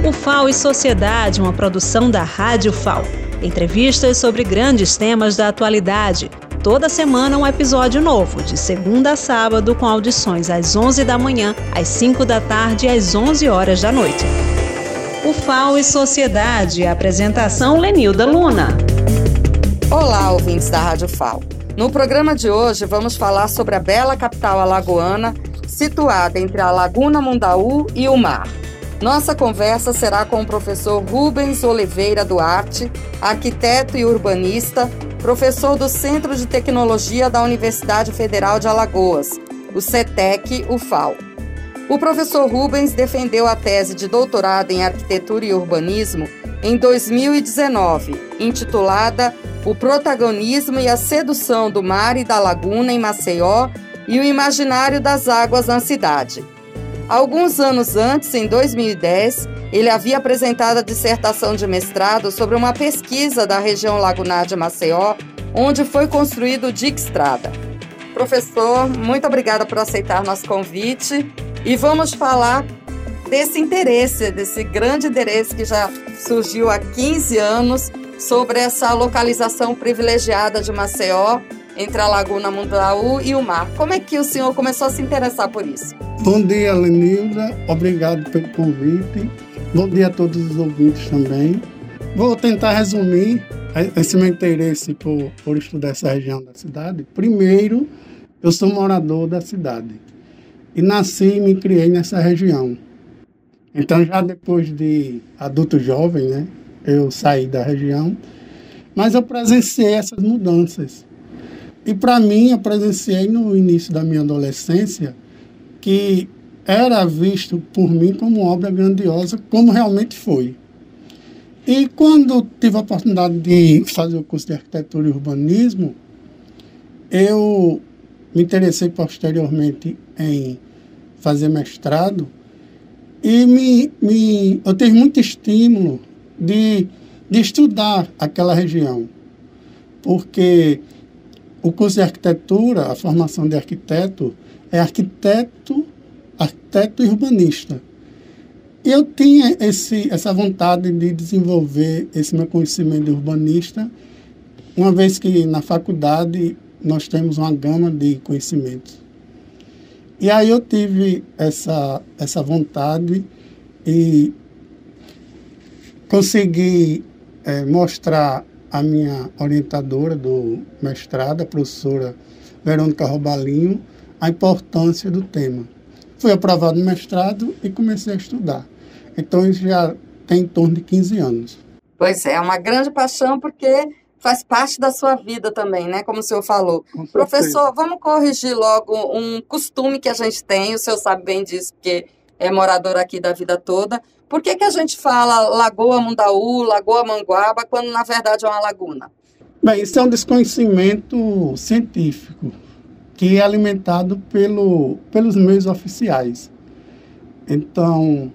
O FAO e Sociedade, uma produção da Rádio FAO. Entrevistas sobre grandes temas da atualidade. Toda semana um episódio novo, de segunda a sábado, com audições às 11 da manhã, às 5 da tarde e às 11 horas da noite. O FAO e Sociedade, apresentação Lenilda Luna. Olá, ouvintes da Rádio FAO. No programa de hoje vamos falar sobre a bela capital alagoana, situada entre a Laguna Mundaú e o mar. Nossa conversa será com o professor Rubens Oliveira Duarte, arquiteto e urbanista, professor do Centro de Tecnologia da Universidade Federal de Alagoas, o CETEC-UFAL. O professor Rubens defendeu a tese de doutorado em Arquitetura e Urbanismo em 2019, intitulada O Protagonismo e a Sedução do Mar e da Laguna em Maceió e o Imaginário das Águas na Cidade. Alguns anos antes, em 2010, ele havia apresentado a dissertação de mestrado sobre uma pesquisa da região lagunar de Maceió, onde foi construído o Dique Estrada. Professor, muito obrigada por aceitar nosso convite e vamos falar desse interesse, desse grande interesse que já surgiu há 15 anos sobre essa localização privilegiada de Maceió, entre a Laguna Mundaú e o mar. Como é que o senhor começou a se interessar por isso? Bom dia, Lenilda. Obrigado pelo convite. Bom dia a todos os ouvintes também. Vou tentar resumir esse meu interesse por estudar essa região da cidade. Primeiro, eu sou morador da cidade e nasci e me criei nessa região. Então, já depois de adulto jovem, né, eu saí da região, mas eu presenciei essas mudanças. E, para mim, eu presenciei no início da minha adolescência que era visto por mim como obra grandiosa, como realmente foi. E quando tive a oportunidade de fazer o curso de Arquitetura e Urbanismo, eu me interessei posteriormente em fazer mestrado e eu tive muito estímulo de estudar aquela região, porque o curso de arquitetura, a formação de arquiteto, é arquiteto e urbanista. E eu tinha essa vontade de desenvolver esse meu conhecimento de urbanista, uma vez que na faculdade nós temos uma gama de conhecimentos. E aí eu tive essa vontade e consegui mostrar à minha orientadora do mestrado, a professora Verônica Robalinho, a importância do tema. Fui aprovado no mestrado e comecei a estudar. Então, isso já tem em torno de 15 anos. Pois é uma grande paixão porque faz parte da sua vida também, né? Como o senhor falou. Professor, vamos corrigir logo um costume que a gente tem, o senhor sabe bem disso, porque é morador aqui da vida toda. Por que a gente fala Lagoa Mundaú, Lagoa Manguaba, quando na verdade é uma laguna? Bem, isso é um desconhecimento científico que é alimentado pelos meios oficiais. Então,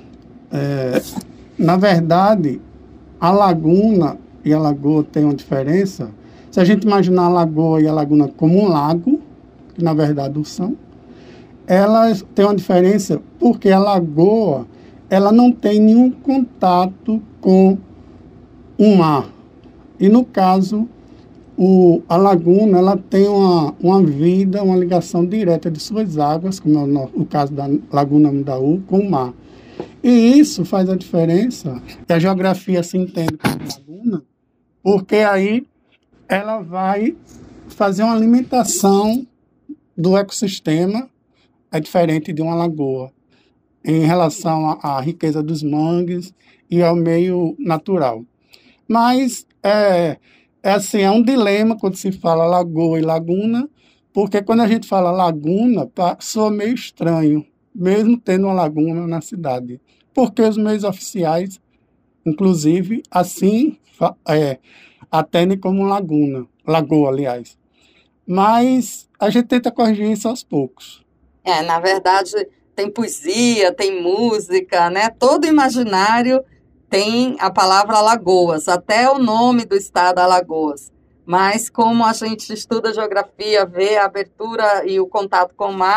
na verdade, a laguna e a lagoa têm uma diferença. Se a gente imaginar a lagoa e a laguna como um lago, que na verdade o são, elas têm uma diferença porque a lagoa ela não tem nenhum contato com o mar. E, no caso, a laguna ela tem uma vida, uma ligação direta de suas águas, como é o caso da Laguna Mundaú, com o mar. E isso faz a diferença, que a geografia se entende como laguna, porque aí ela vai fazer uma alimentação do ecossistema, é diferente de uma lagoa, em relação à riqueza dos mangues e ao meio natural. Mas é um dilema quando se fala lagoa e laguna, porque quando a gente fala laguna, soa meio estranho, mesmo tendo uma laguna na cidade. Porque os meios oficiais, inclusive, assim atendem como lagoa, aliás. Mas a gente tenta corrigir isso aos poucos. Na verdade, tem poesia, tem música, né? Todo imaginário tem a palavra Alagoas, até o nome do estado Alagoas. Mas como a gente estuda geografia, vê a abertura e o contato com o mar,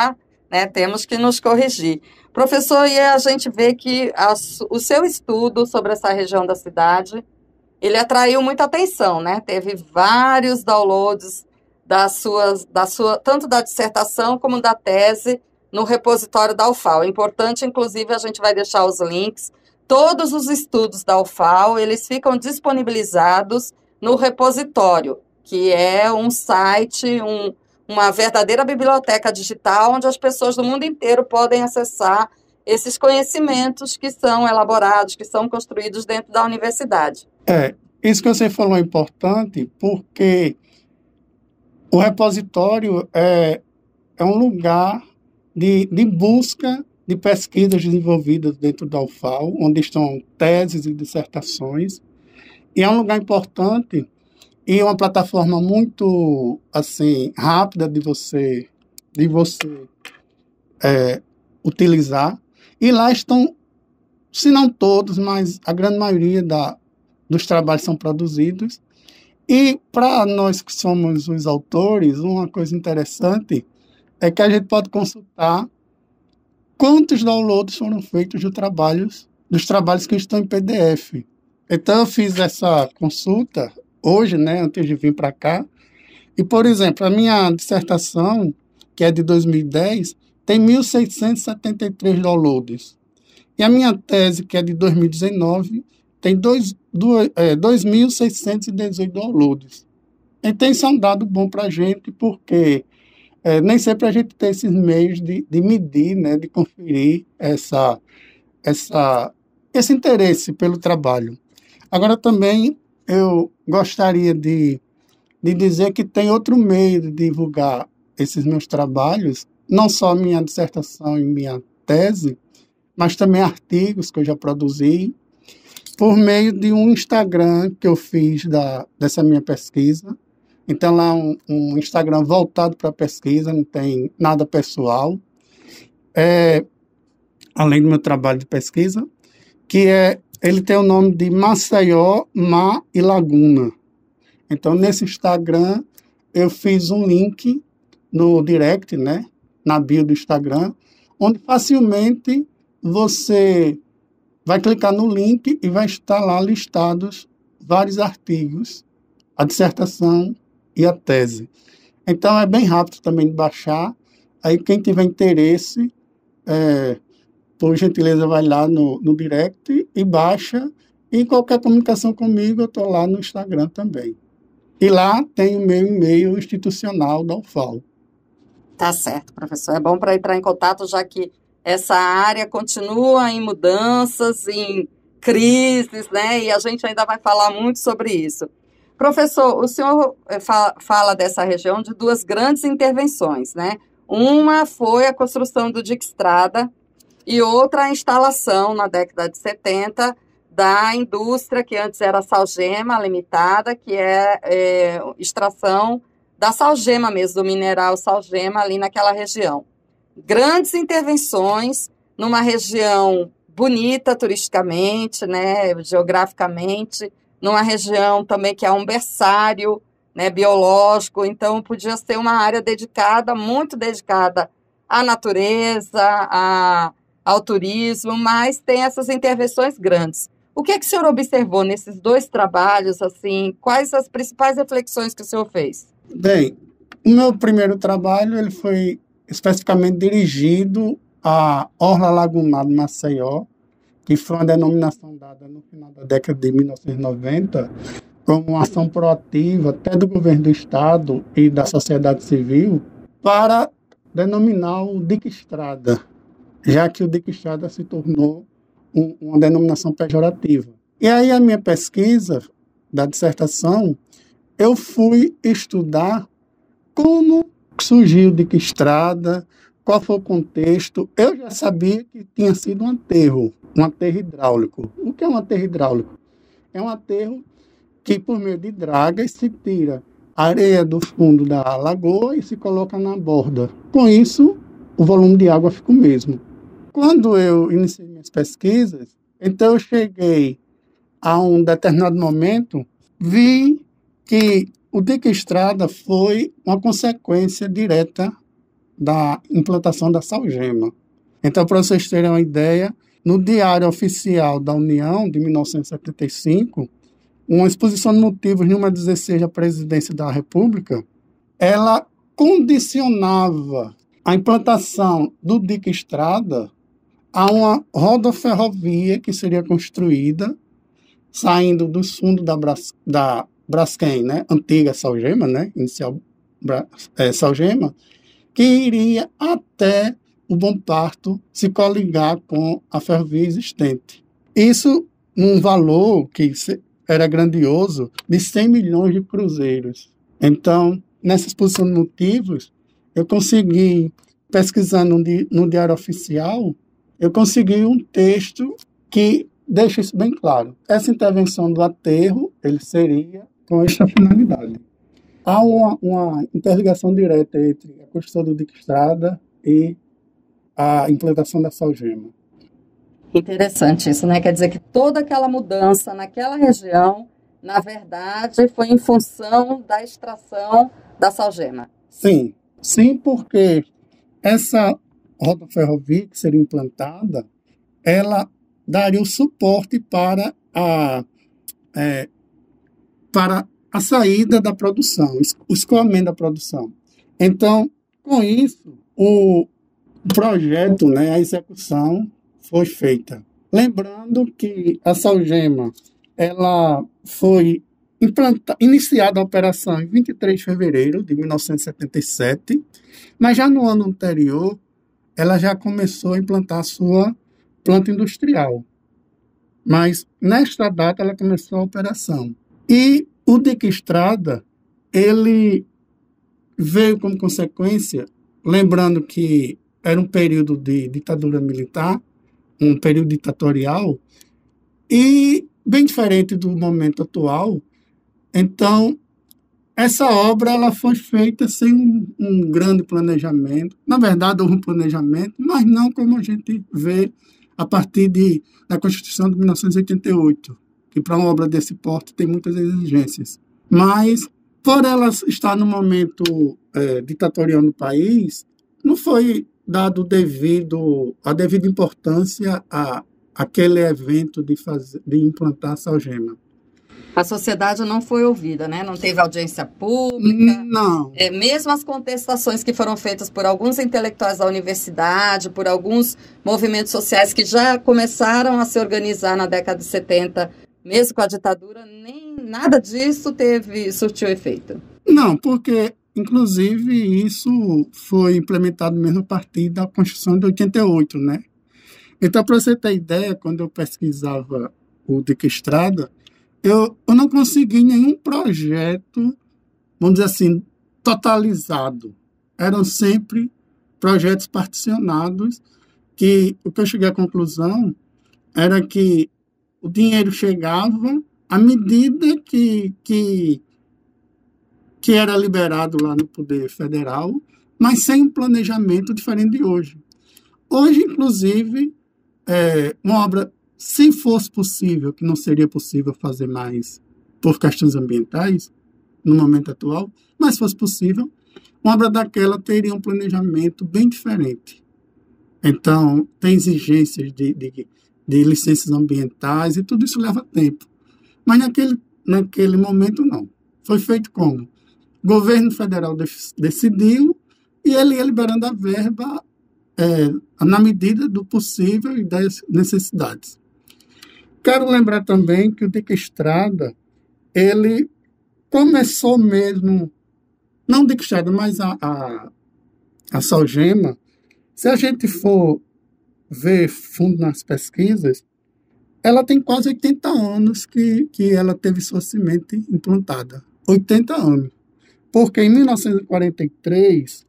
né? Temos que nos corrigir. Professor, e a gente vê que o seu estudo sobre essa região da cidade, ele atraiu muita atenção, né? Teve vários downloads tanto da dissertação como da tese no repositório da UFAL. É importante, inclusive, a gente vai deixar os links. Todos os estudos da UFAL, eles ficam disponibilizados no repositório, que é um site, uma verdadeira biblioteca digital, onde as pessoas do mundo inteiro podem acessar esses conhecimentos que são elaborados, que são construídos dentro da universidade. Isso que você falou é importante, porque o repositório é um lugar de busca de pesquisas desenvolvidas dentro da UFAL, onde estão teses e dissertações, e é um lugar importante e uma plataforma muito assim rápida de você utilizar. E lá estão, se não todos, mas a grande maioria dos trabalhos são produzidos. E para nós que somos os autores, uma coisa interessante é que a gente pode consultar quantos downloads foram feitos dos trabalhos que estão em PDF. Então, eu fiz essa consulta hoje, né, antes de vir para cá. E, por exemplo, a minha dissertação, que é de 2010, tem 1.673 downloads. E a minha tese, que é de 2019, tem 2.618 downloads. Então, isso é um dado bom para a gente, porque nem sempre a gente tem esses meios de medir, né, de conferir esse interesse pelo trabalho. Agora, também, eu gostaria de dizer que tem outro meio de divulgar esses meus trabalhos, não só minha dissertação e minha tese, mas também artigos que eu já produzi, por meio de um Instagram que eu fiz dessa minha pesquisa. Então, lá um Instagram voltado para a pesquisa, não tem nada pessoal, além do meu trabalho de pesquisa, ele tem o nome de Maceió, Mar e Laguna. Então, nesse Instagram, eu fiz um link no direct, né, na bio do Instagram, onde facilmente você vai clicar no link e vai estar lá listados vários artigos, a dissertação e a tese. Então, é bem rápido também de baixar. Aí, quem tiver interesse, por gentileza, vai lá no direct e baixa. E qualquer comunicação comigo, eu estou lá no Instagram também. E lá tem o meu e-mail institucional da UFAL. Tá certo, professor. É bom para entrar em contato, já que essa área continua em mudanças, em crises, né? E a gente ainda vai falar muito sobre isso. Professor, o senhor fala dessa região de duas grandes intervenções, né? Uma foi a construção do dique Estrada e outra a instalação, na década de 70, da indústria que antes era Salgema Limitada, que é extração da salgema mesmo, do mineral salgema ali naquela região. Grandes intervenções numa região bonita turisticamente, né, geograficamente, numa região também que é um berçário, né, biológico, então podia ser uma área dedicada, muito dedicada à natureza, ao turismo, mas tem essas intervenções grandes. O que é que o senhor observou nesses dois trabalhos, assim, quais as principais reflexões que o senhor fez? Bem, o meu primeiro trabalho ele foi especificamente dirigido à Orla Lagunar de Maceió, que foi uma denominação dada no final da década de 1990, como uma ação proativa até do governo do Estado e da sociedade civil, para denominar o dique Estrada, já que o dique Estrada se tornou uma denominação pejorativa. E aí a minha pesquisa da dissertação, eu fui estudar como surgiu o dique Estrada, qual foi o contexto. Eu já sabia que tinha sido um aterro hidráulico. O que é um aterro hidráulico? É um aterro que, por meio de dragas, se tira a areia do fundo da lagoa e se coloca na borda. Com isso, o volume de água fica o mesmo. Quando eu iniciei minhas pesquisas, então eu cheguei a um determinado momento, vi que o dique Estrada foi uma consequência direta da implantação da salgema. Então, para vocês terem uma ideia, no Diário Oficial da União, de 1975, uma exposição de motivos número 16 da Presidência da República, ela condicionava a implantação do dique Estrada a uma rodoferrovia que seria construída saindo dos fundos da Braskem, né, antiga Salgema, né, inicial Salgema, que iria até o Bom Parto se coligar com a ferrovia existente. Isso num valor que era grandioso, de 100 milhões de cruzeiros. Então, nessa exposição de motivos, eu consegui, pesquisando no Diário Oficial, eu consegui um texto que deixa isso bem claro. Essa intervenção do aterro, ele seria com esta finalidade. Há uma interligação direta entre a construção do dique Estrada e a implantação da salgema. Interessante isso, né? Quer dizer que toda aquela mudança naquela região, na verdade, foi em função da extração da salgema. Sim, porque essa rodoferrovia que seria implantada, ela daria o suporte para a saída da produção, o escoamento da produção. Então, com isso, o projeto, né, a execução foi feita. Lembrando que a salgema, ela foi iniciada a operação em 23 de fevereiro de 1977, mas já no ano anterior, ela já começou a implantar a sua planta industrial. Mas, nesta data, ela começou a operação. E o dique Estrada, ele veio como consequência, lembrando que era um período de ditadura militar, um período ditatorial, e bem diferente do momento atual. Então, essa obra ela foi feita sem um grande planejamento. Na verdade, houve um planejamento, mas não como a gente vê a partir da Constituição de 1988, que para uma obra desse porte tem muitas exigências. Mas, por ela estar no momento ditatorial no país, não foi dado a devida importância àquele evento de implantar a salgema. A sociedade não foi ouvida, né? Não teve audiência pública. Não. Mesmo as contestações que foram feitas por alguns intelectuais da universidade, por alguns movimentos sociais que já começaram a se organizar na década de 70, mesmo com a ditadura, nem nada disso surtiu efeito. Não, porque, inclusive, isso foi implementado mesmo a partir da Constituição de 88, né? Então, para você ter ideia, quando eu pesquisava o dique Estrada, eu não consegui nenhum projeto, vamos dizer assim, totalizado. Eram sempre projetos particionados, que o que eu cheguei à conclusão era que o dinheiro chegava à medida que era liberado lá no Poder Federal, mas sem um planejamento diferente de hoje. Hoje, inclusive, uma obra, se fosse possível, que não seria possível fazer mais por questões ambientais, no momento atual, mas se fosse possível, uma obra daquela teria um planejamento bem diferente. Então, tem exigências de licenças ambientais e tudo isso leva tempo. Mas naquele momento, não. Foi feito como? O governo federal decidiu e ele ia liberando a verba na medida do possível e das necessidades. Quero lembrar também que o dique Estrada, ele começou mesmo, não o dique Estrada, mas a salgema. Se a gente for ver fundo nas pesquisas, ela tem quase 80 anos que ela teve sua semente implantada. 80 anos. Porque em 1943,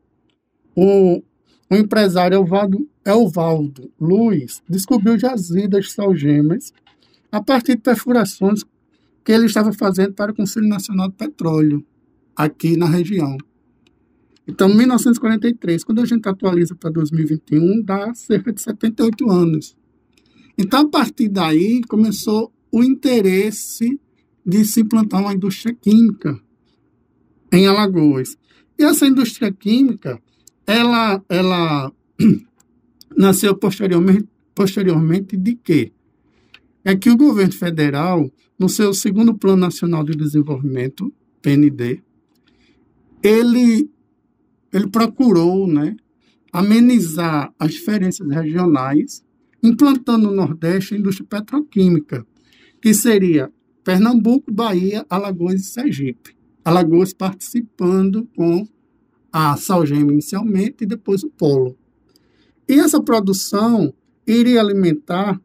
o empresário Evaldo Luiz descobriu jazidas de salgemas a partir de perfurações que ele estava fazendo para o Conselho Nacional de Petróleo, aqui na região. Então, 1943, quando a gente atualiza para 2021, dá cerca de 78 anos. Então, a partir daí, começou o interesse de se implantar uma indústria química em Alagoas. E essa indústria química, ela nasceu posteriormente de quê? É que o governo federal, no seu segundo Plano Nacional de Desenvolvimento, PND, ele procurou, né, amenizar as diferenças regionais, implantando no Nordeste a indústria petroquímica, que seria Pernambuco, Bahia, Alagoas e Sergipe. Alagoas participando com a Salgema inicialmente e depois o Polo. E essa produção iria alimentar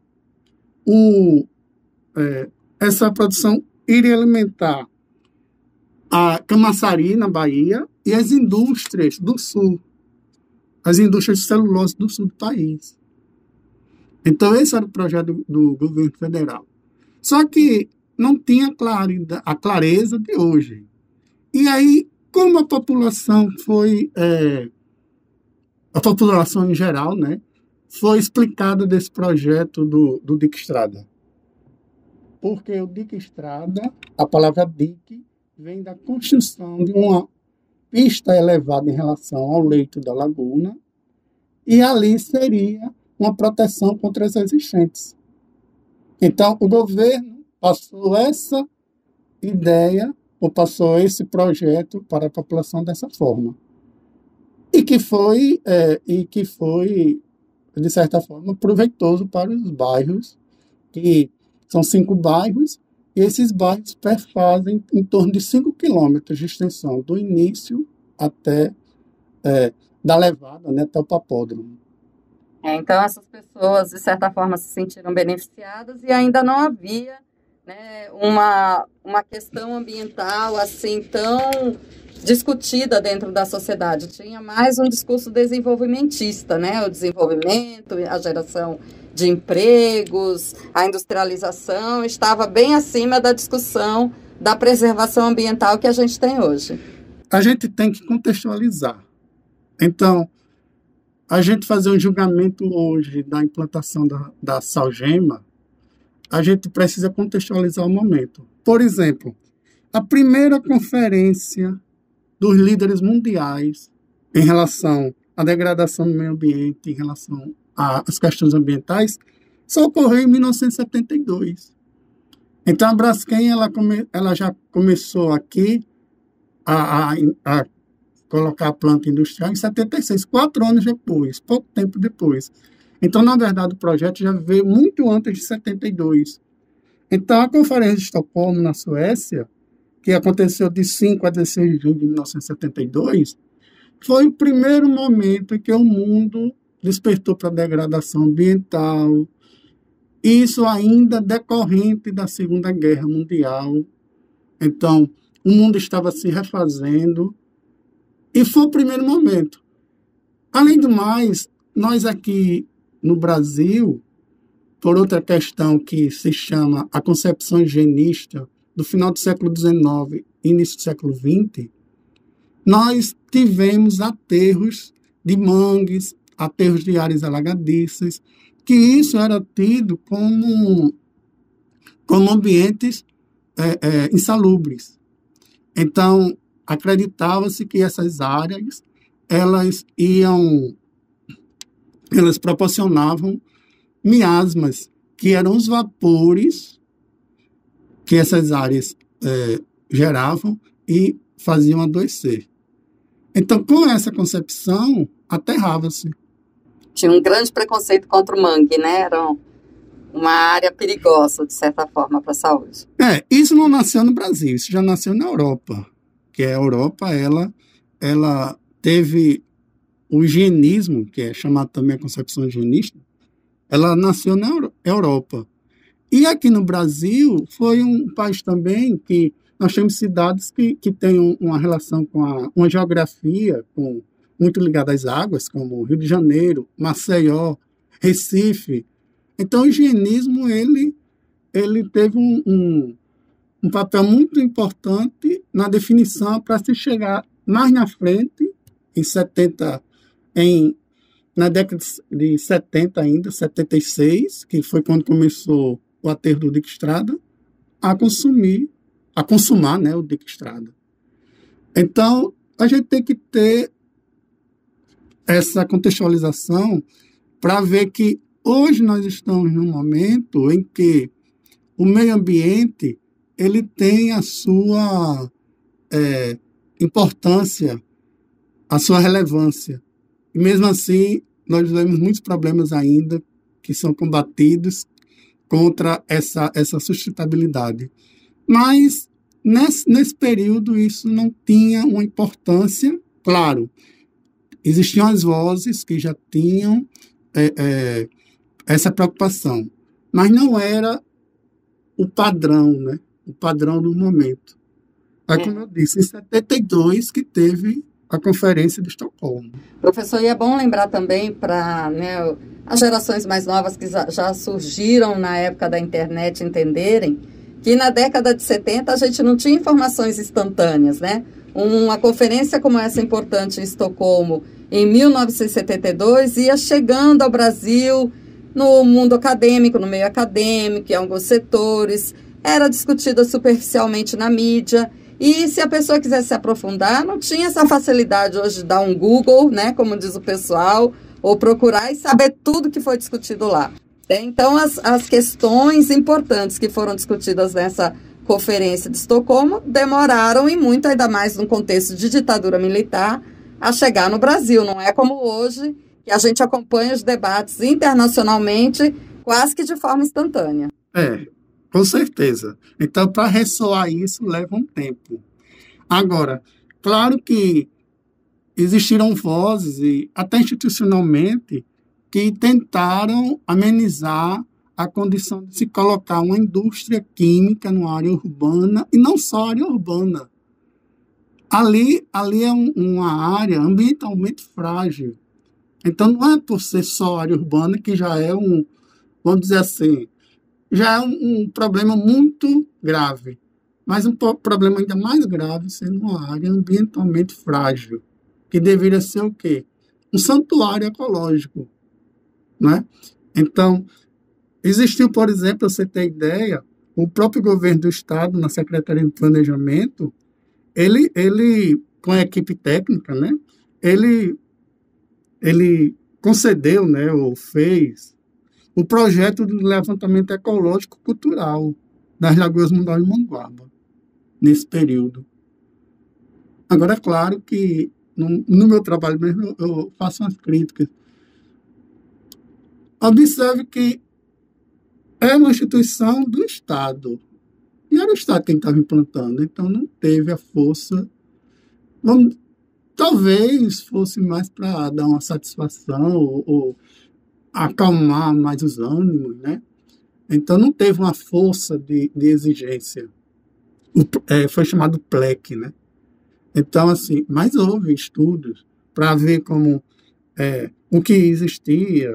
a Camaçari, na Bahia, e as indústrias do sul, as indústrias de celulose do sul do país. Então, esse era o projeto do governo federal. Só que não tinha a clareza de hoje. E aí, como a população a população em geral, né, foi explicada desse projeto do Dique Estrada? Porque o Dique Estrada, a palavra dique, vem da construção de uma pista elevada em relação ao leito da laguna, e ali seria uma proteção contra as enchentes. Então, o governo passou essa ideia, ou passou esse projeto para a população dessa forma. E que foi, de certa forma, proveitoso para os bairros, que são 5 bairros, e esses bairros perfazem em torno de 5 quilômetros de extensão, do início até da levada, né, até o papódromo. Então, essas pessoas, de certa forma, se sentiram beneficiadas e ainda não havia, né, uma questão ambiental assim tão discutida dentro da sociedade. Tinha mais um discurso desenvolvimentista, né? O desenvolvimento, a geração de empregos, a industrialização estava bem acima da discussão da preservação ambiental que a gente tem hoje. A gente tem que contextualizar. Então, a gente fazer um julgamento hoje da implantação da Salgema, a gente precisa contextualizar o momento. Por exemplo, a primeira conferência dos líderes mundiais em relação à degradação do meio ambiente, em relação às questões ambientais, só ocorreu em 1972. Então, a Braskem ela já começou aqui a colocar a planta industrial em 76, 4 anos depois, pouco tempo depois. Então, na verdade, o projeto já veio muito antes de 72. Então, a Conferência de Estocolmo, na Suécia, que aconteceu de 5 a 16 de julho de 1972, foi o primeiro momento em que o mundo despertou para a degradação ambiental, isso ainda decorrente da Segunda Guerra Mundial. Então, o mundo estava se refazendo, e foi o primeiro momento. Além do mais, nós aqui no Brasil, por outra questão que se chama a concepção higienista, do final do século XIX e início do século XX, nós tivemos aterros de mangues, aterros de áreas alagadiças, que isso era tido como ambientes insalubres. Então, acreditava-se que essas áreas elas proporcionavam miasmas, que eram os vapores que essas áreas geravam e faziam adoecer. Então, com essa concepção, aterrava-se. Tinha um grande preconceito contra o mangue, né? Era uma área perigosa, de certa forma, para a saúde. Isso não nasceu no Brasil, isso já nasceu na Europa. Que a Europa, ela teve o higienismo, que é chamado também a concepção higienista, ela nasceu na Europa. E aqui no Brasil, foi um país também que nós temos cidades que têm uma relação com uma geografia muito ligada às águas, como Rio de Janeiro, Maceió, Recife. Então, o higienismo ele teve um papel muito importante na definição para se chegar mais na frente, na década de 70 ainda, 76, que foi quando começou o aterro do Dique Estrada, a consumar, né, o Dique Estrada. Então, a gente tem que ter essa contextualização para ver que hoje nós estamos num momento em que o meio ambiente ele tem a sua importância, a sua relevância. E mesmo assim, nós vemos muitos problemas ainda que são combatidos contra essa sustentabilidade. Mas, nesse período, isso não tinha uma importância. Claro, existiam as vozes que já tinham essa preocupação, mas não era o padrão, né? O padrão do momento. Como eu disse, em 72 que teve a Conferência de Estocolmo. Professor, e é bom lembrar também para as gerações mais novas que já surgiram na época da internet entenderem que na década de 70 a gente não tinha informações instantâneas, né? Uma conferência como essa importante em Estocolmo, em 1972, ia chegando ao Brasil no mundo acadêmico, no meio acadêmico, em alguns setores, era discutida superficialmente na mídia. E se a pessoa quisesse se aprofundar, não tinha essa facilidade hoje de dar um Google, né, como diz o pessoal, ou procurar e saber tudo que foi discutido lá. Então, as questões importantes que foram discutidas nessa Conferência de Estocolmo demoraram e muito, ainda mais num contexto de ditadura militar, a chegar no Brasil. Não é como hoje, que a gente acompanha os debates internacionalmente quase que de forma instantânea. Com certeza. Então, para ressoar isso, leva um tempo. Agora, claro que existiram vozes, e até institucionalmente, que tentaram amenizar a condição de se colocar uma indústria química numa área urbana, e não só área urbana. Ali é uma área ambientalmente frágil. Então, não é por ser só área urbana que já é vamos dizer assim, já é um problema muito grave, mas um problema ainda mais grave sendo uma área ambientalmente frágil, que deveria ser o quê? Um santuário ecológico, né? Então, existiu, por exemplo, você ter ideia, o próprio governo do Estado, na Secretaria de Planejamento, ele com a equipe técnica, né? Ele concedeu, né, ou fez o projeto do levantamento ecológico cultural das Lagoas Mundaú e Mongaguaba, nesse período. Agora, é claro que no meu trabalho mesmo eu faço umas críticas. Observe que é uma instituição do Estado. E era o Estado quem estava implantando, então não teve a força. Talvez fosse mais para dar uma satisfação ou acalmar mais os ânimos, né? Então não teve uma força de exigência. Foi chamado PLEC, né? Então, assim, mas houve estudos para ver como o que existia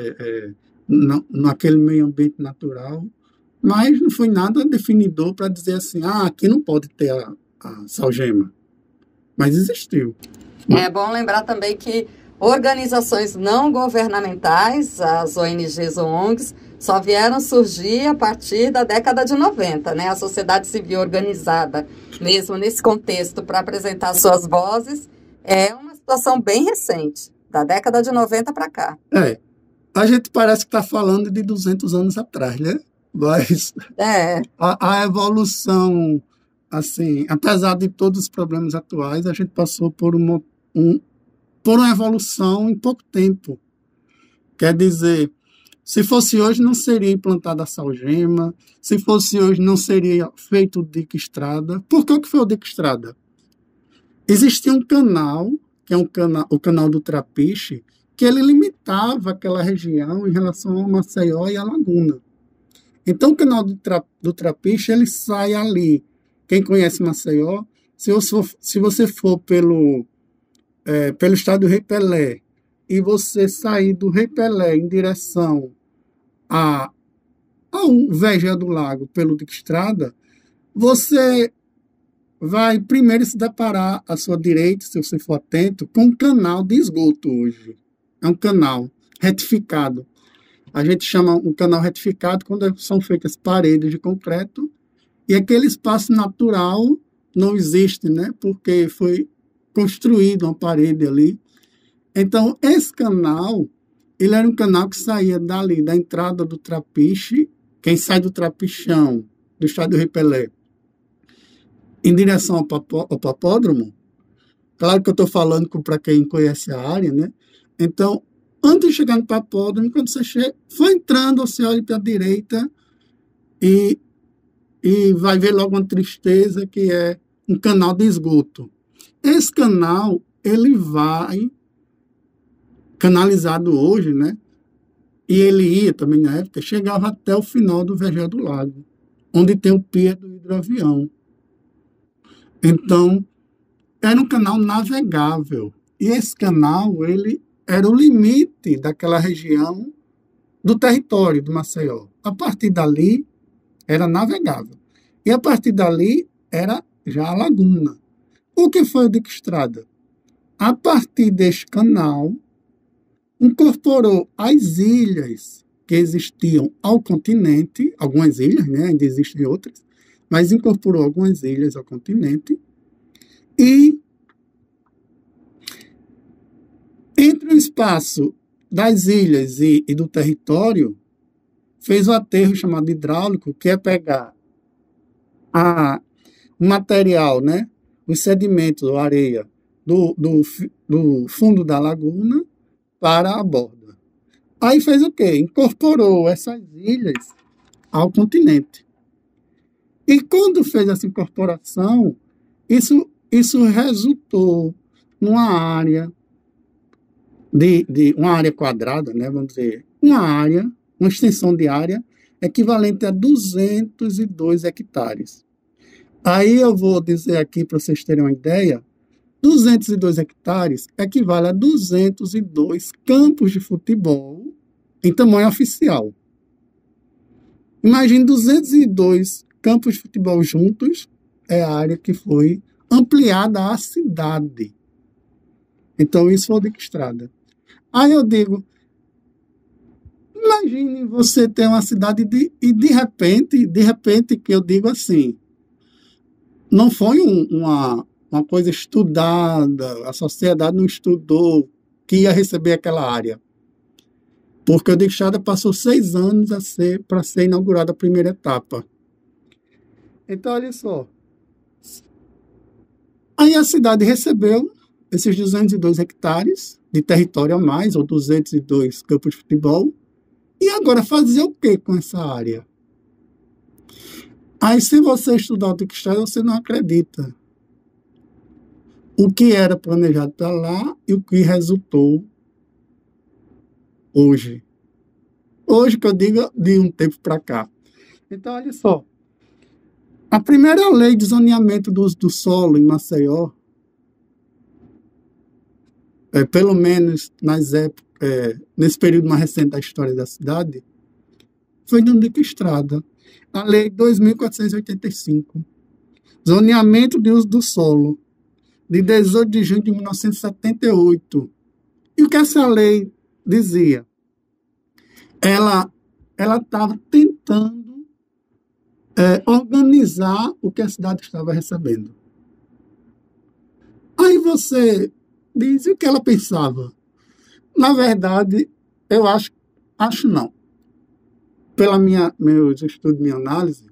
naquele meio ambiente natural, mas não foi nada definidor para dizer assim, aqui não pode ter a salgema. Mas existiu. É bom lembrar também que organizações não governamentais, as ONGs ou ONGs, só vieram surgir a partir da década de 90, né? A sociedade civil organizada, mesmo nesse contexto, para apresentar suas vozes, é uma situação bem recente, da década de 90 para cá. A gente parece que está falando de 200 anos atrás, né? Mas a evolução, assim, apesar de todos os problemas atuais, a gente passou por uma evolução em pouco tempo. Quer dizer, se fosse hoje, não seria implantada a salgema, se fosse hoje, não seria feito o dique estrada. Por que foi o dique estrada? Existia um canal, que é o canal do Trapiche, que ele limitava aquela região em relação ao Maceió e à Laguna. Então, o canal do Trapiche, ele sai ali. Quem conhece Maceió, se você for pelo estado do Rei Pelé e você sair do Rei Pelé em direção ao Vegea do Lago pelo dique estrada, você vai primeiro se deparar à sua direita, se você for atento, com um canal de esgoto hoje. É um canal retificado. A gente chama um canal retificado quando são feitas paredes de concreto e aquele espaço natural não existe, né? Porque foi construída uma parede ali. Então, esse canal, ele era um canal que saía dali, da entrada do Trapiche, quem sai do Trapichão, do estádio Rei Pelé, em direção ao Papódromo. Claro que eu estou falando para quem conhece a área, né? Então, antes de chegar no Papódromo, quando você for entrando, você olha para a direita e vai ver logo uma tristeza, que é um canal de esgoto. Esse canal, ele vai canalizado hoje, né? E ele ia também na época, chegava até o final do Vergel do Lago, onde tem o pier do hidroavião. Então, era um canal navegável. E esse canal, ele era o limite daquela região do território do Maceió. A partir dali, era navegável. E a partir dali, era já a laguna. O que foi o Dique Estrada? A partir deste canal, incorporou as ilhas que existiam ao continente, algumas ilhas, né? Ainda existem outras, mas incorporou algumas ilhas ao continente, e entre o espaço das ilhas e do território, fez o aterro chamado hidráulico, que é pegar o material, né? Os sedimentos, a areia, do fundo da laguna para a borda. Aí fez o quê? Incorporou essas ilhas ao continente. E quando fez essa incorporação, isso resultou numa área de uma área quadrada, né, vamos dizer, uma extensão de área equivalente a 202 hectares. Aí eu vou dizer aqui para vocês terem uma ideia, 202 hectares equivale a 202 campos de futebol em tamanho oficial. Imagine 202 campos de futebol juntos, é a área que foi ampliada à cidade. Então, isso foi o Dique Estrada. Aí eu digo, imagine você ter uma cidade e de repente que eu digo assim, não foi uma coisa estudada, a sociedade não estudou que ia receber aquela área. Porque o Dique Estrada passou 6 anos para ser inaugurada a primeira etapa. Então, olha só. Aí a cidade recebeu esses 202 hectares de território a mais, ou 202 campos de futebol, e agora fazer o que com essa área? Aí, se você estudar o Dique Estrada, você não acredita. O que era planejado para lá e o que resultou hoje. Hoje, que eu digo, de um tempo para cá. Então, olha só. A primeira lei de zoneamento do uso do solo em Maceió, pelo menos nesse período mais recente da história da cidade, foi do Dique Estrada. A Lei 2.485. Zoneamento de uso do solo, de 18 de junho de 1978. E o que essa lei dizia? Ela estava tentando organizar o que a cidade estava recebendo. Aí você diz o que ela pensava. Na verdade, eu acho não. Pela meus estudos, minha análise,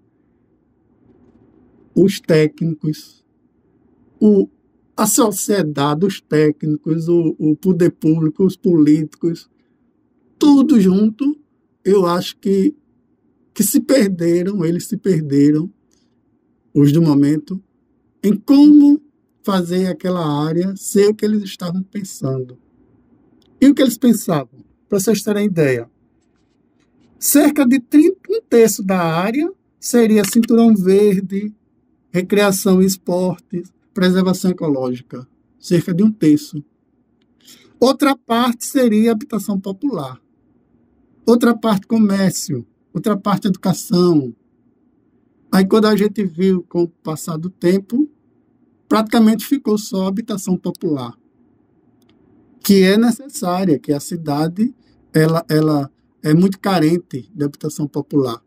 os técnicos, a sociedade, os técnicos, o poder público, os políticos, tudo junto, eu acho que eles se perderam, os do momento, em como fazer aquela área ser o que eles estavam pensando. E o que eles pensavam? Para vocês terem ideia, cerca de um terço da área seria cinturão verde, recreação e esportes, preservação ecológica. Cerca de um terço. Outra parte seria habitação popular. Outra parte comércio. Outra parte educação. Aí quando a gente viu com o passar do tempo, praticamente ficou só habitação popular. Que é necessária, que a cidade ela é muito carente de habitação popular.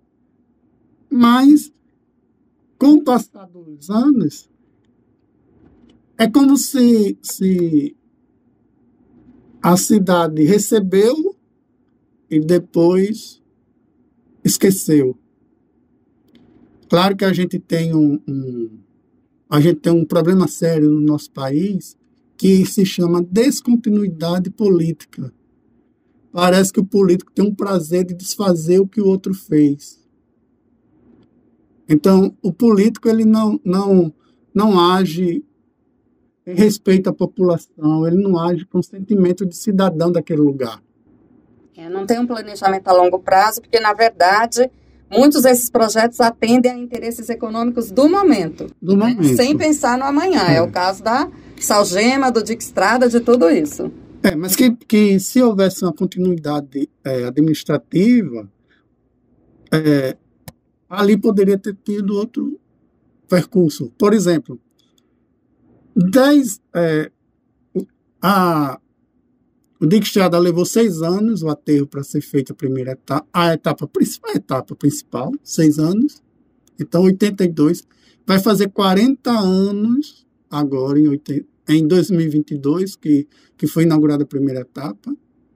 Mas, com o passar dos anos, é como se a cidade recebeu e depois esqueceu. Claro que a gente tem um problema sério no nosso país que se chama descontinuidade política. Parece que o político tem um prazer de desfazer o que o outro fez. Então, o político ele não age em respeito à população, ele não age com sentimento de cidadão daquele lugar. Não tem um planejamento a longo prazo, porque, na verdade, muitos desses projetos atendem a interesses econômicos do momento. Sem pensar no amanhã. É o caso da Salgema, do Dique Estrada, de tudo isso. Mas que se houvesse uma continuidade administrativa, ali poderia ter tido outro percurso. Por exemplo, o Dique Estrada levou 6 anos, o aterro para ser feito a primeira etapa, a etapa principal, 6 anos. Então, 82, vai fazer 40 anos agora, em 2022, que foi inaugurada a primeira etapa.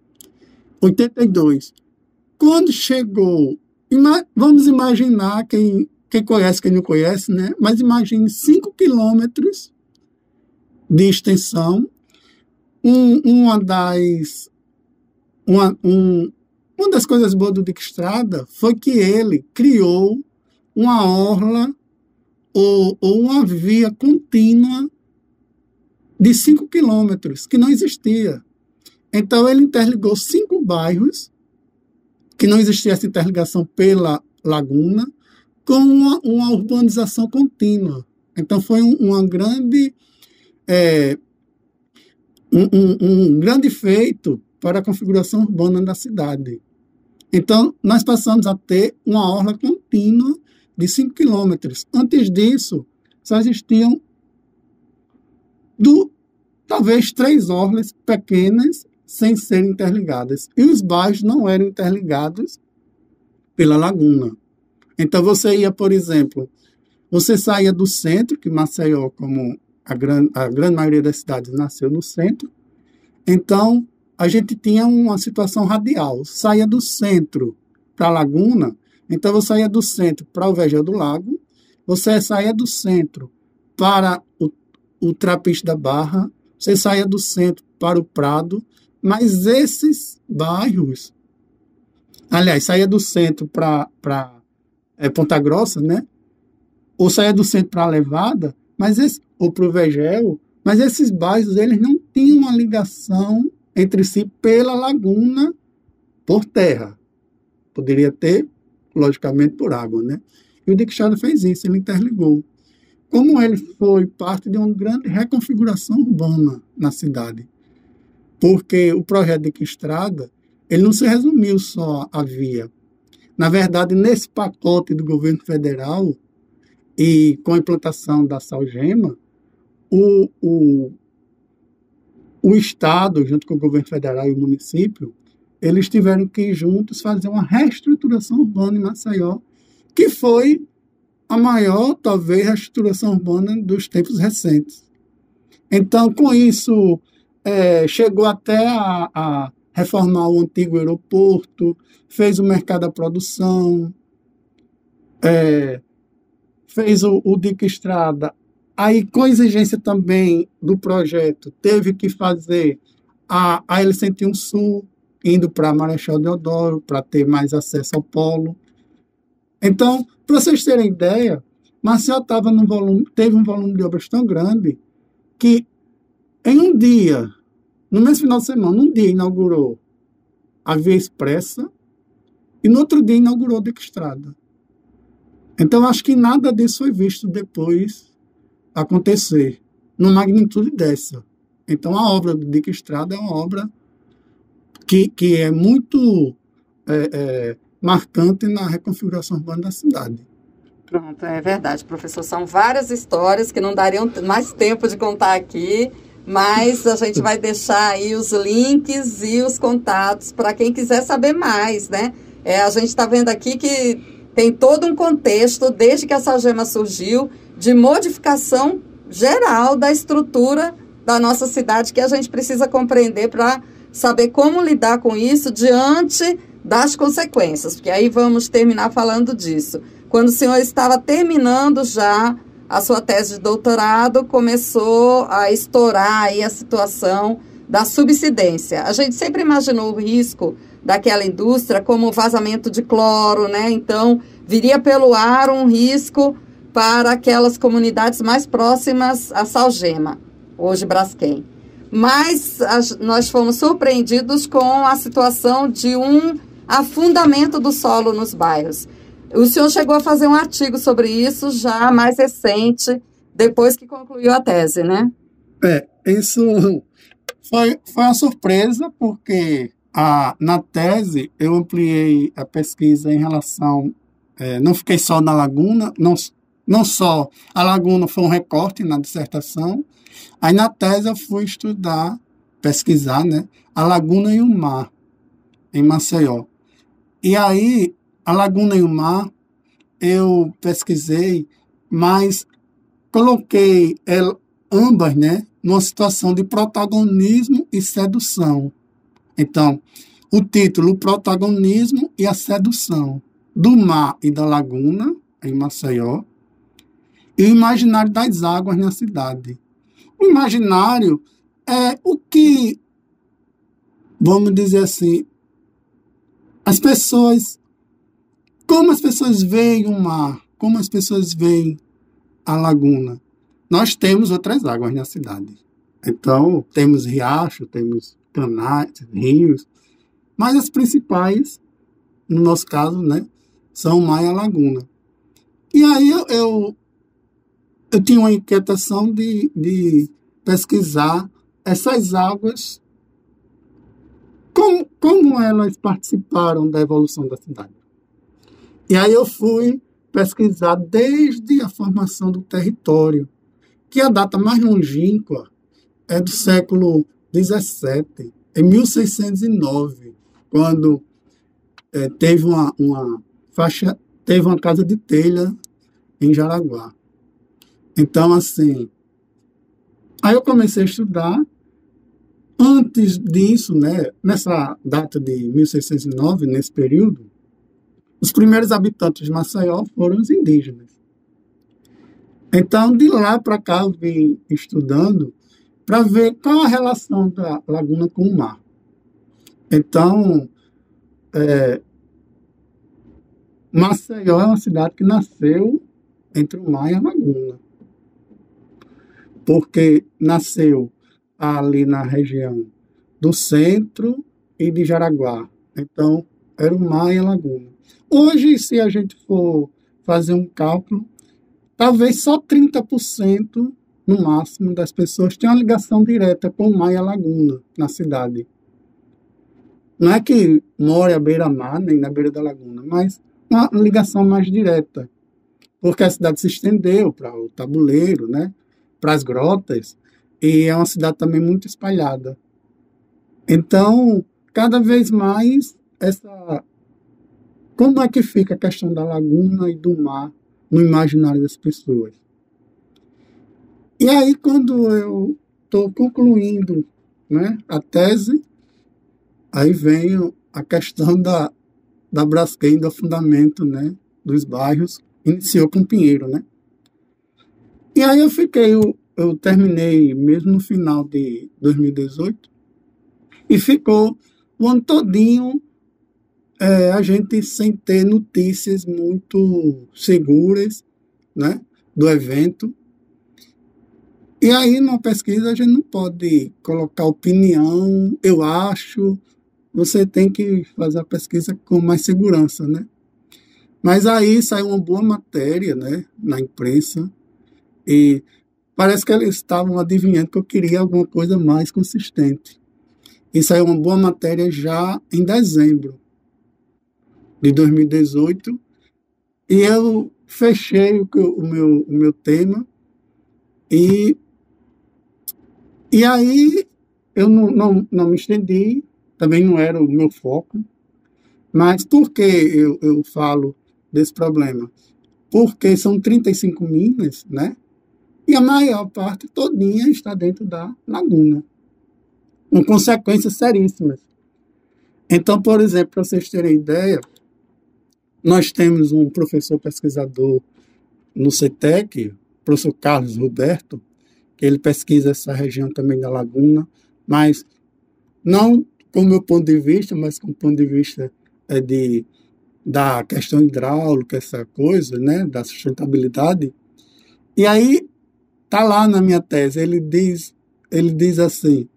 82. Quando chegou, vamos imaginar, quem conhece, quem não conhece, né? Mas imagine 5 quilômetros de extensão. Uma das coisas boas do Dique Estrada foi que ele criou uma orla ou uma via contínua de 5 quilômetros, que não existia. Então, ele interligou 5 bairros, que não existia essa interligação pela laguna, com uma urbanização contínua. Então, foi um grande feito para a configuração urbana da cidade. Então, nós passamos a ter uma orla contínua de 5 quilômetros. Antes disso, só existiam talvez 3 orlas pequenas sem serem interligadas. E os bairros não eram interligados pela laguna. Então, você ia, por exemplo, você saía do centro, que Maceió, como a grande maioria das cidades, nasceu no centro. Então, a gente tinha uma situação radial. Saía do centro para a laguna, então você saía do centro para o Vergel do Lago, você saía do centro para o Trapiche da Barra, você saía do centro para o Prado, mas esses bairros, aliás, saía do centro para Ponta Grossa, né? Ou saía do centro para a Levada, ou para o Vergel, mas esses bairros eles não tinham uma ligação entre si pela laguna por terra. Poderia ter, logicamente, por água, né? E o Dique Estrada fez isso, ele interligou. Como ele foi parte de uma grande reconfiguração urbana na cidade. Porque o projeto Dique Estrada, ele não se resumiu só à via. Na verdade, nesse pacote do governo federal e com a implantação da Salgema, o Estado, junto com o governo federal e o município, eles tiveram que juntos fazer uma reestruturação urbana em Maceió, que foi a maior, talvez, reestruturação urbana dos tempos recentes. Então, com isso, chegou até a reformar o antigo aeroporto, fez o mercado da produção, fez o Dique Estrada. Aí, com exigência também do projeto, teve que fazer a L101 Sul, indo para Marechal Deodoro, para ter mais acesso ao polo. Então, para vocês terem ideia, Maceió teve um volume de obras tão grande que, em um dia, no mesmo final de semana, um dia inaugurou a Via Expressa e no outro dia inaugurou o Dique Estrada. Então, acho que nada disso foi visto depois acontecer, numa magnitude dessa. Então, a obra do Dique Estrada é uma obra que é muito marcante na reconfiguração urbana da cidade. Pronto, é verdade, professor. São várias histórias que não dariam mais tempo de contar aqui, mas a gente vai deixar aí os links e os contatos para quem quiser saber mais, né? A gente está vendo aqui que tem todo um contexto, desde que a Salgema surgiu, de modificação geral da estrutura da nossa cidade, que a gente precisa compreender para saber como lidar com isso diante das consequências, porque aí vamos terminar falando disso. Quando o senhor estava terminando já a sua tese de doutorado, começou a estourar aí a situação da subsidência. A gente sempre imaginou o risco daquela indústria como vazamento de cloro, né? Então, viria pelo ar um risco para aquelas comunidades mais próximas a Saugema, hoje Braskem. Mas nós fomos surpreendidos com a situação de um afundamento do solo nos bairros. O senhor chegou a fazer um artigo sobre isso já mais recente, depois que concluiu a tese, né? Isso foi uma surpresa, porque na tese eu ampliei a pesquisa em relação... não fiquei só na laguna, não só a laguna foi um recorte na dissertação. Aí na tese eu fui pesquisar, né, a laguna e o mar, em Maceió. E aí, a laguna e o mar, eu pesquisei, mas coloquei ambas, né, numa situação de protagonismo e sedução. Então, o título, o protagonismo e a sedução do mar e da laguna, em Maceió, e o imaginário das águas na cidade. O imaginário é o que, vamos dizer assim, como as pessoas veem o mar, como as pessoas veem a laguna. Nós temos outras águas na cidade. Então, temos riachos, temos canais, rios, mas as principais, no nosso caso, né, são o mar e a laguna. E aí eu tinha uma inquietação de pesquisar essas águas, como elas participaram da evolução da cidade. E aí eu fui pesquisar desde a formação do território, que a data mais longínqua é do século XVII, em 1609, quando teve uma casa de telha em Jaraguá. Então, assim, aí eu comecei a estudar. Antes disso, né, nessa data de 1609, nesse período, os primeiros habitantes de Maceió foram os indígenas. Então, de lá para cá, eu vim estudando para ver qual a relação da laguna com o mar. Então, Maceió é uma cidade que nasceu entre o mar e a laguna, porque nasceu ali na região do centro e de Jaraguá. Então, era o mar e a laguna. Hoje, se a gente for fazer um cálculo, talvez só 30%, no máximo, das pessoas têm uma ligação direta com o mar e a laguna na cidade. Não é que more à beira-mar, nem na beira da laguna, mas uma ligação mais direta, porque a cidade se estendeu para o tabuleiro, né, para as grotas, e é uma cidade também muito espalhada. Então, cada vez mais, como é que fica a questão da laguna e do mar no imaginário das pessoas? E aí, quando eu estou concluindo, né, a tese, aí vem a questão da Braskem, do fundamento, né, dos bairros, iniciou com Pinheiro, né? E aí eu terminei mesmo no final de 2018 e ficou o ano todinho a gente sem ter notícias muito seguras, né, do evento. E aí, numa pesquisa, a gente não pode colocar opinião, eu acho. Você tem que fazer a pesquisa com mais segurança, né? Mas aí saiu uma boa matéria, né, na imprensa, e parece que eles estavam adivinhando que eu queria alguma coisa mais consistente. E saiu uma boa matéria já em dezembro de 2018, e eu fechei o meu tema, e aí eu não me estendi, também não era o meu foco. Mas por que eu falo desse problema? Porque são 35 minas, né? E a maior parte todinha está dentro da laguna. com consequências seríssimas. Então, por exemplo, para vocês terem ideia, nós temos um professor pesquisador no CETEC, o professor Carlos Roberto, que ele pesquisa essa região também da laguna, mas não com o meu ponto de vista, mas com o ponto de vista da questão hidráulica, essa coisa, né, da sustentabilidade. E aí, tá lá na minha tese, ele diz assim,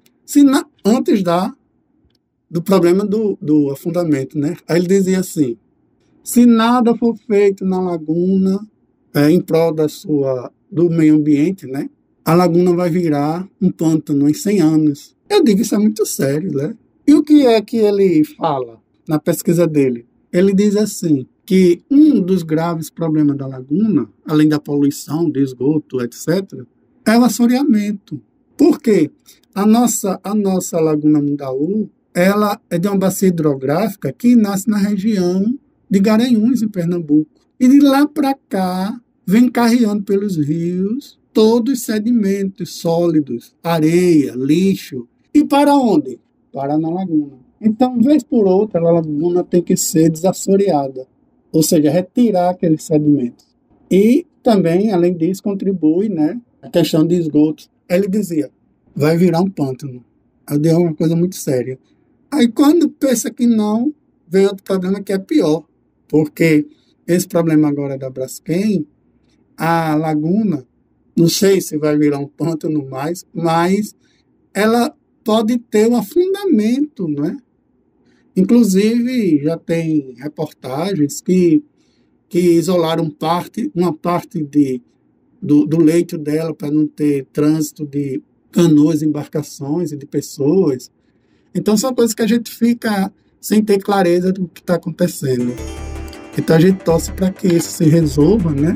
antes do problema do afundamento, né? Aí ele dizia assim, se nada for feito na laguna em prol do meio ambiente, né? A laguna vai virar um pântano em 100 anos. Eu digo, isso é muito sério, né? E o que é que ele fala na pesquisa dele? Ele diz assim, que um dos graves problemas da laguna, além da poluição, do esgoto, etc., é o assoreamento. Por quê? A nossa Laguna Mundaú, ela é de uma bacia hidrográfica que nasce na região de Garanhuns, em Pernambuco. E de lá para cá, vem carreando pelos rios todos os sedimentos sólidos, areia, lixo. E para onde? Para na laguna. Então, vez por outra, a laguna tem que ser desassoreada, ou seja, retirar aqueles sedimentos. E também, além disso, contribui, né, a questão de esgotos. Ele dizia, vai virar um pântano. Aí deu uma coisa muito séria. Aí quando pensa que não, vem outro problema que é pior, porque esse problema agora da Braskem, a laguna, não sei se vai virar um pântano mais, mas ela pode ter um afundamento, não é? Inclusive, já tem reportagens que isolaram uma parte do leito dela para não ter trânsito de canoas, embarcações e de pessoas. Então, são coisas que a gente fica sem ter clareza do que está acontecendo. Então, a gente torce para que isso se resolva, né?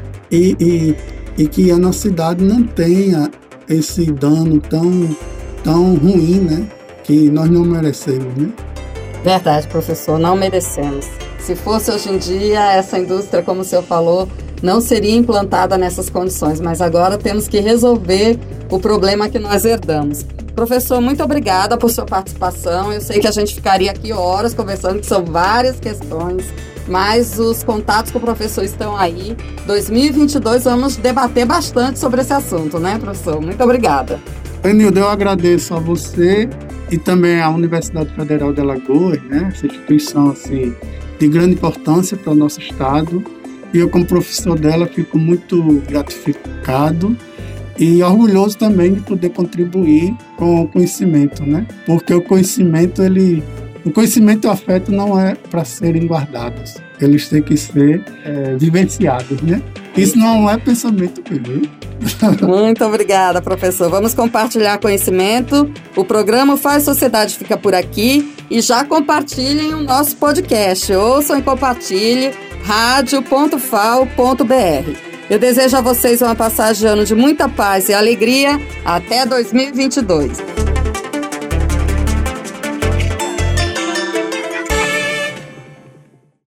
E que a nossa cidade não tenha esse dano tão ruim, né? Que nós não merecemos, né? Verdade, professor, não merecemos. Se fosse hoje em dia, essa indústria, como o senhor falou, não seria implantada nessas condições, mas agora temos que resolver o problema que nós herdamos. Professor, muito obrigada por sua participação. Eu sei que a gente ficaria aqui horas conversando, que são várias questões, mas os contatos com o professor estão aí. 2022 vamos debater bastante sobre esse assunto, né, professor? Muito obrigada. Enilda, eu agradeço a você e também à Universidade Federal de Alagoas, né, essa instituição assim, de grande importância para o nosso estado. E eu, como professor dela, fico muito gratificado e orgulhoso também de poder contribuir com o conhecimento, né? Porque o conhecimento e o afeto não é para serem guardados. Eles têm que ser vivenciados, né? Isso não é pensamento meu. Muito obrigada, professor. Vamos compartilhar conhecimento. O programa Faz Sociedade fica por aqui e já compartilhem o nosso podcast. Ouçam e compartilhem radio.fal.br. Eu desejo a vocês uma passagem de ano de muita paz e alegria. Até 2022.